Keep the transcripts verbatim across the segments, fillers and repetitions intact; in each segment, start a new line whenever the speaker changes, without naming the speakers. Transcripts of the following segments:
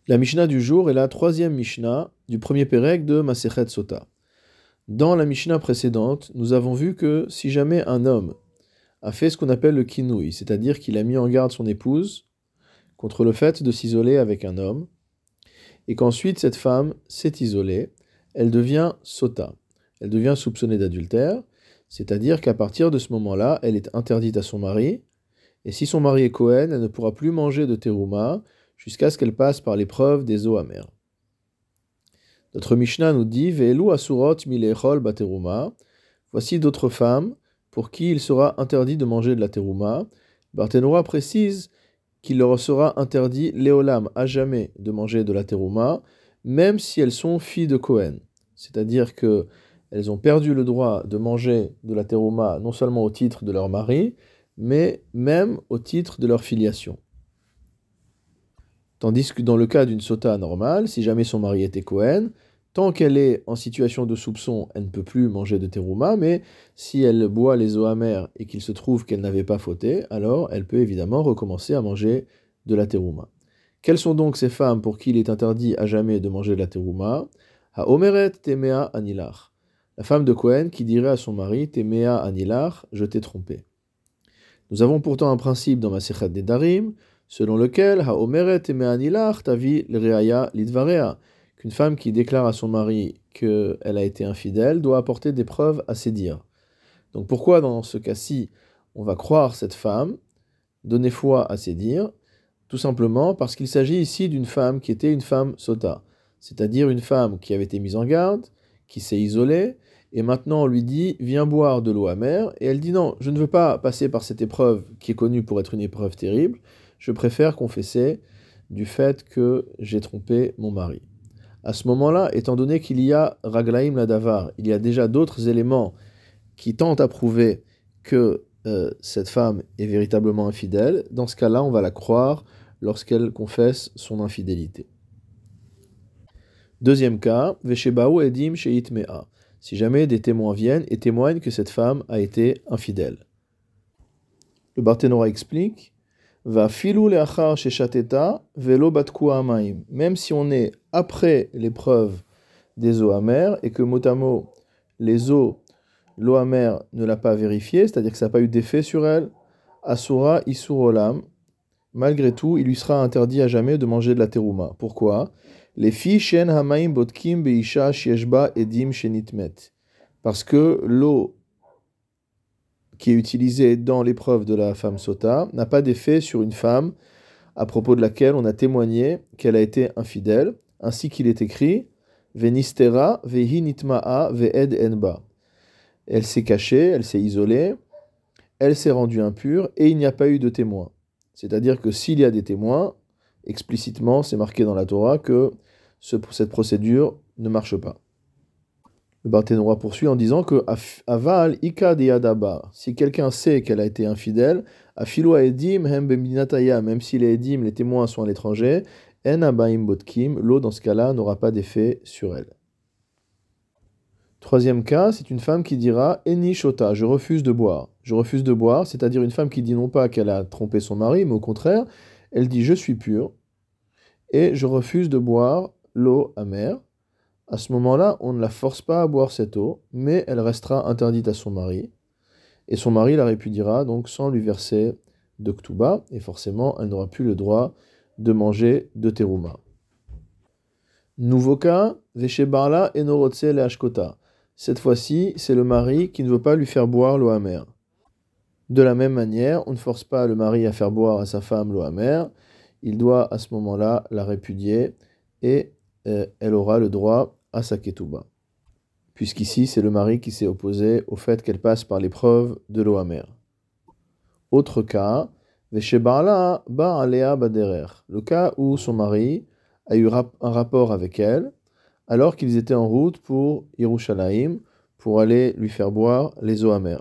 La Mishnah du jour est la troisième Mishnah du premier Pérec de Masechet Sota. Dans la Mishnah précédente, nous avons vu que si jamais un homme a fait ce qu'on appelle le kinouï, c'est-à-dire qu'il a mis en garde son épouse contre le fait de s'isoler avec un homme, et qu'ensuite cette femme s'est isolée, elle devient Sota, elle devient soupçonnée d'adultère, c'est-à-dire qu'à partir de ce moment-là, elle est interdite à son mari, et si son mari est Kohen, elle ne pourra plus manger de terouma jusqu'à ce qu'elle passe par l'épreuve des eaux amères. Notre Mishnah nous dit Ve'elu asurot milechol bateruma. Voici d'autres femmes pour qui il sera interdit de manger de la terouma. Barthénoura précise qu'il leur sera interdit léolam à jamais de manger de la terouma, même si elles sont filles de Kohen. C'est-à-dire que elles ont perdu le droit de manger de la terouma non seulement au titre de leur mari, mais même au titre de leur filiation. Tandis que dans le cas d'une sota normale, si jamais son mari était Kohen, tant qu'elle est en situation de soupçon, elle ne peut plus manger de terouma, mais si elle boit les eaux amères et qu'il se trouve qu'elle n'avait pas fauté, alors elle peut évidemment recommencer à manger de la terouma. Quelles sont donc ces femmes pour qui il est interdit à jamais de manger de la terouma? Ha omeret temea anilar. La femme de Kohen qui dirait à son mari temea anilar, je t'ai trompé. Nous avons pourtant un principe dans Masechet Nedarim, selon lequel ha omeret temea anilar tavi l'reaya lidvarea, qu'une femme qui déclare à son mari qu'elle a été infidèle doit apporter des preuves à ses dires. Donc pourquoi dans ce cas-ci on va croire cette femme, donner foi à ses dires? Tout simplement parce qu'il s'agit ici d'une femme qui était une femme sota, c'est-à-dire une femme qui avait été mise en garde, qui s'est isolée, et maintenant on lui dit « viens boire de l'eau amère », et elle dit « non, je ne veux pas passer par cette épreuve qui est connue pour être une épreuve terrible, je préfère confesser du fait que j'ai trompé mon mari ». À ce moment-là, étant donné qu'il y a raglaim ladavar, il y a déjà d'autres éléments qui tentent à prouver que euh, cette femme est véritablement infidèle, dans ce cas-là, on va la croire lorsqu'elle confesse son infidélité. Deuxième cas, Veshebaou edim sheitmea. Si jamais des témoins viennent et témoignent que cette femme a été infidèle. Le Barthénora explique Va filou leachar sheshateta velo batku amaim. Même si on est après l'épreuve des eaux amères et que mot à mot, les eaux, l'eau amère ne l'a pas vérifiée, c'est-à-dire que ça n'a pas eu d'effet sur elle, asura isur olam. Malgré tout, il lui sera interdit à jamais de manger de la terouma. Pourquoi? Les filles shen hamaim botkim beisha shieshba edim shenitmet. Parce que l'eau qui est utilisée dans l'épreuve de la femme sota n'a pas d'effet sur une femme à propos de laquelle on a témoigné qu'elle a été infidèle, ainsi qu'il est écrit Venistera vehi nitma'a ve'ed enba. Elle s'est cachée, elle s'est isolée, elle s'est rendue impure et il n'y a pas eu de témoin. C'est-à-dire que s'il y a des témoins, explicitement, c'est marqué dans la Torah que ce, cette procédure ne marche pas. Le Barthénora poursuit en disant que aval ika deyadaba, si quelqu'un sait qu'elle a été infidèle, afilo edim hem bemdinataya, même si les edim, les témoins sont à l'étranger, en abaim botkim, l'eau dans ce cas-là n'aura pas d'effet sur elle. Troisième cas, c'est une femme qui dira eni shota, je refuse de boire. Je refuse de boire, c'est-à-dire une femme qui dit non pas qu'elle a trompé son mari, mais au contraire, elle dit je suis pure et je refuse de boire l'eau amère. À ce moment-là, on ne la force pas à boire cette eau, mais elle restera interdite à son mari. Et son mari la répudiera donc sans lui verser de ktuba, et forcément, elle n'aura plus le droit de manger de terouma. Nouveau cas, veshebarla enorotse le ashkota. Cette fois-ci, c'est le mari qui ne veut pas lui faire boire l'eau amère. De la même manière, on ne force pas le mari à faire boire à sa femme l'eau amère. Il doit à ce moment-là la répudier et euh, elle aura le droit à sa ketouba. Puisqu'ici, c'est le mari qui s'est opposé au fait qu'elle passe par l'épreuve de l'eau amère. Autre cas, veshebarla ba alea baderer. Le cas où son mari a eu rap- un rapport avec elle, alors qu'ils étaient en route pour Yerushalayim, pour aller lui faire boire les eaux amères.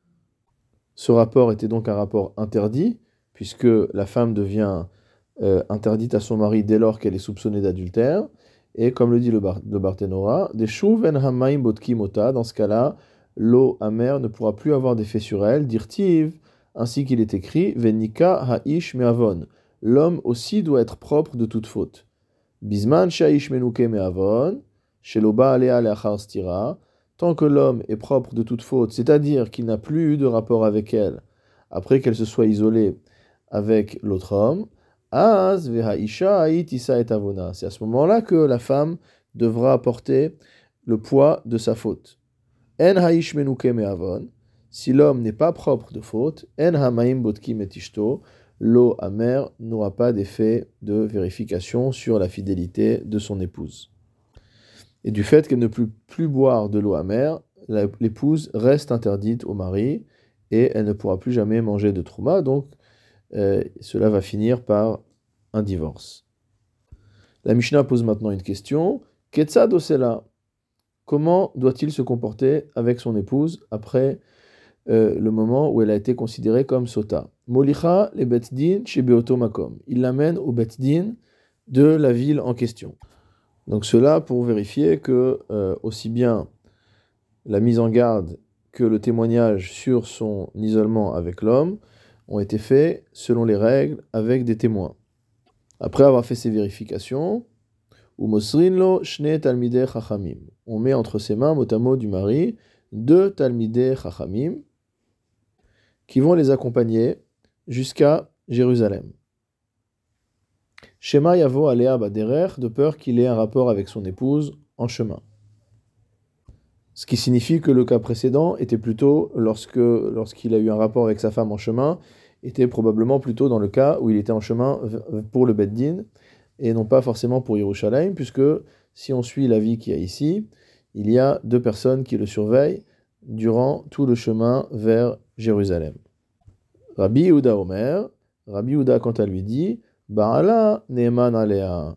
Ce rapport était donc un rapport interdit, puisque la femme devient euh, interdite à son mari dès lors qu'elle est soupçonnée d'adultère, et comme le dit le, bar, le Barthénora, des shuv en hamaim botkimota, dans ce cas-là, l'eau amère ne pourra plus avoir d'effet sur elle, dirtiv, ainsi qu'il est écrit, venika ha'ish me'avon, l'homme aussi doit être propre de toute faute. Bisman shaish menuke me'avon, shelo ba'alea le'achar stira, tant que l'homme est propre de toute faute, c'est-à-dire qu'il n'a plus eu de rapport avec elle, après qu'elle se soit isolée avec l'autre homme, az vehaisha itisa et avona. C'est à ce moment-là que la femme devra porter le poids de sa faute. En haish menuke me'avon, si l'homme n'est pas propre de faute, en hamaim botkim et ishto, l'eau amère n'aura pas d'effet de vérification sur la fidélité de son épouse. Et du fait qu'elle ne peut plus boire de l'eau amère, l'épouse reste interdite au mari et elle ne pourra plus jamais manger de trouma, donc euh, cela va finir par un divorce. La Mishnah pose maintenant une question. Ketzad osela, comment doit-il se comporter avec son épouse après euh, le moment où elle a été considérée comme sota? Molicha le betdin chez Beoto Makom. Il l'amène au betdin de la ville en question. Donc cela pour vérifier que euh, aussi bien la mise en garde que le témoignage sur son isolement avec l'homme ont été faits selon les règles avec des témoins. Après avoir fait ces vérifications, Umosrinlo shne talmidei chachamim. On met entre ses mains, mot à mot du mari, deux talmidei chachamim qui vont les accompagner jusqu'à Jérusalem. Shema yavo alea baderer, de peur qu'il ait un rapport avec son épouse en chemin. Ce qui signifie que le cas précédent était plutôt, lorsque, lorsqu'il a eu un rapport avec sa femme en chemin, était probablement plutôt dans le cas où il était en chemin pour le Bet Din, et non pas forcément pour Yerushalayim, puisque si on suit l'avis qu'il y a ici, il y a deux personnes qui le surveillent durant tout le chemin vers Jérusalem. Rabbi Yehuda Omer, Rabbi Yehuda quant à lui dit, Ba'ala ne'eman alea.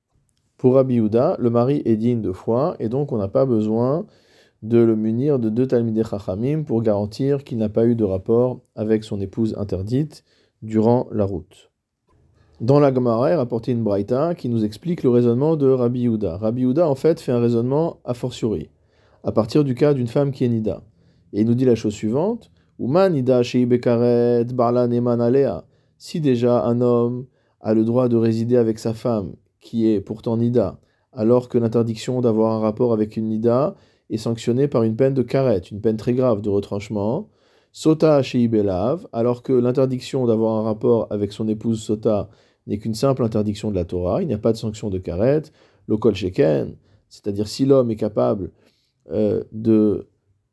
Pour Rabbi Yehuda, le mari est digne de foi, et donc on n'a pas besoin de le munir de deux talmidei chachamim pour garantir qu'il n'a pas eu de rapport avec son épouse interdite durant la route. Dans la Gemara est rapporté une braïta qui nous explique le raisonnement de Rabbi Yehuda. Rabbi Yehuda en fait fait un raisonnement a fortiori, à partir du cas d'une femme qui est nida. Et il nous dit la chose suivante, Uma nida shei bekaret barla neman alea. Si déjà un homme a le droit de résider avec sa femme, qui est pourtant nida, alors que l'interdiction d'avoir un rapport avec une nida est sanctionnée par une peine de karet, une peine très grave de retranchement, sota shei belav, alors que l'interdiction d'avoir un rapport avec son épouse sota n'est qu'une simple interdiction de la Torah, il n'y a pas de sanction de karet, lokol sheken, c'est-à-dire si l'homme est capable euh, de,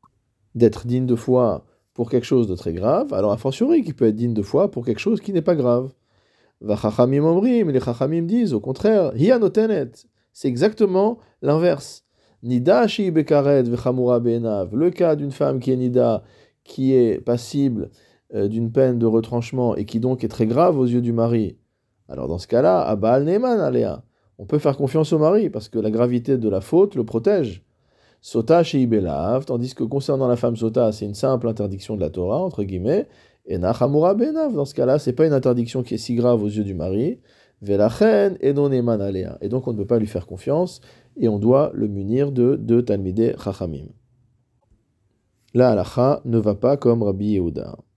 d'être digne de foi pour quelque chose de très grave, alors a fortiori qu'il peut être digne de foi pour quelque chose qui n'est pas grave. Va chachamim omrim, les chachamim disent au contraire, hiya notenet, c'est exactement l'inverse. Nida shi bekaret vechamura be'enav, le cas d'une femme qui est nida, qui est passible euh, d'une peine de retranchement et qui donc est très grave aux yeux du mari. Alors dans ce cas-là, abal neman alea, on peut faire confiance au mari parce que la gravité de la faute le protège. Sota shei belav, tandis que concernant la femme sota, c'est une simple interdiction de la Torah entre guillemets. Et nachamura be'enav, dans ce cas-là, c'est pas une interdiction qui est si grave aux yeux du mari. Velachen et non neman alea, et donc on ne peut pas lui faire confiance. Et on doit le munir de deux talmidei chachamim. La halacha ne va pas comme Rabbi Yehuda.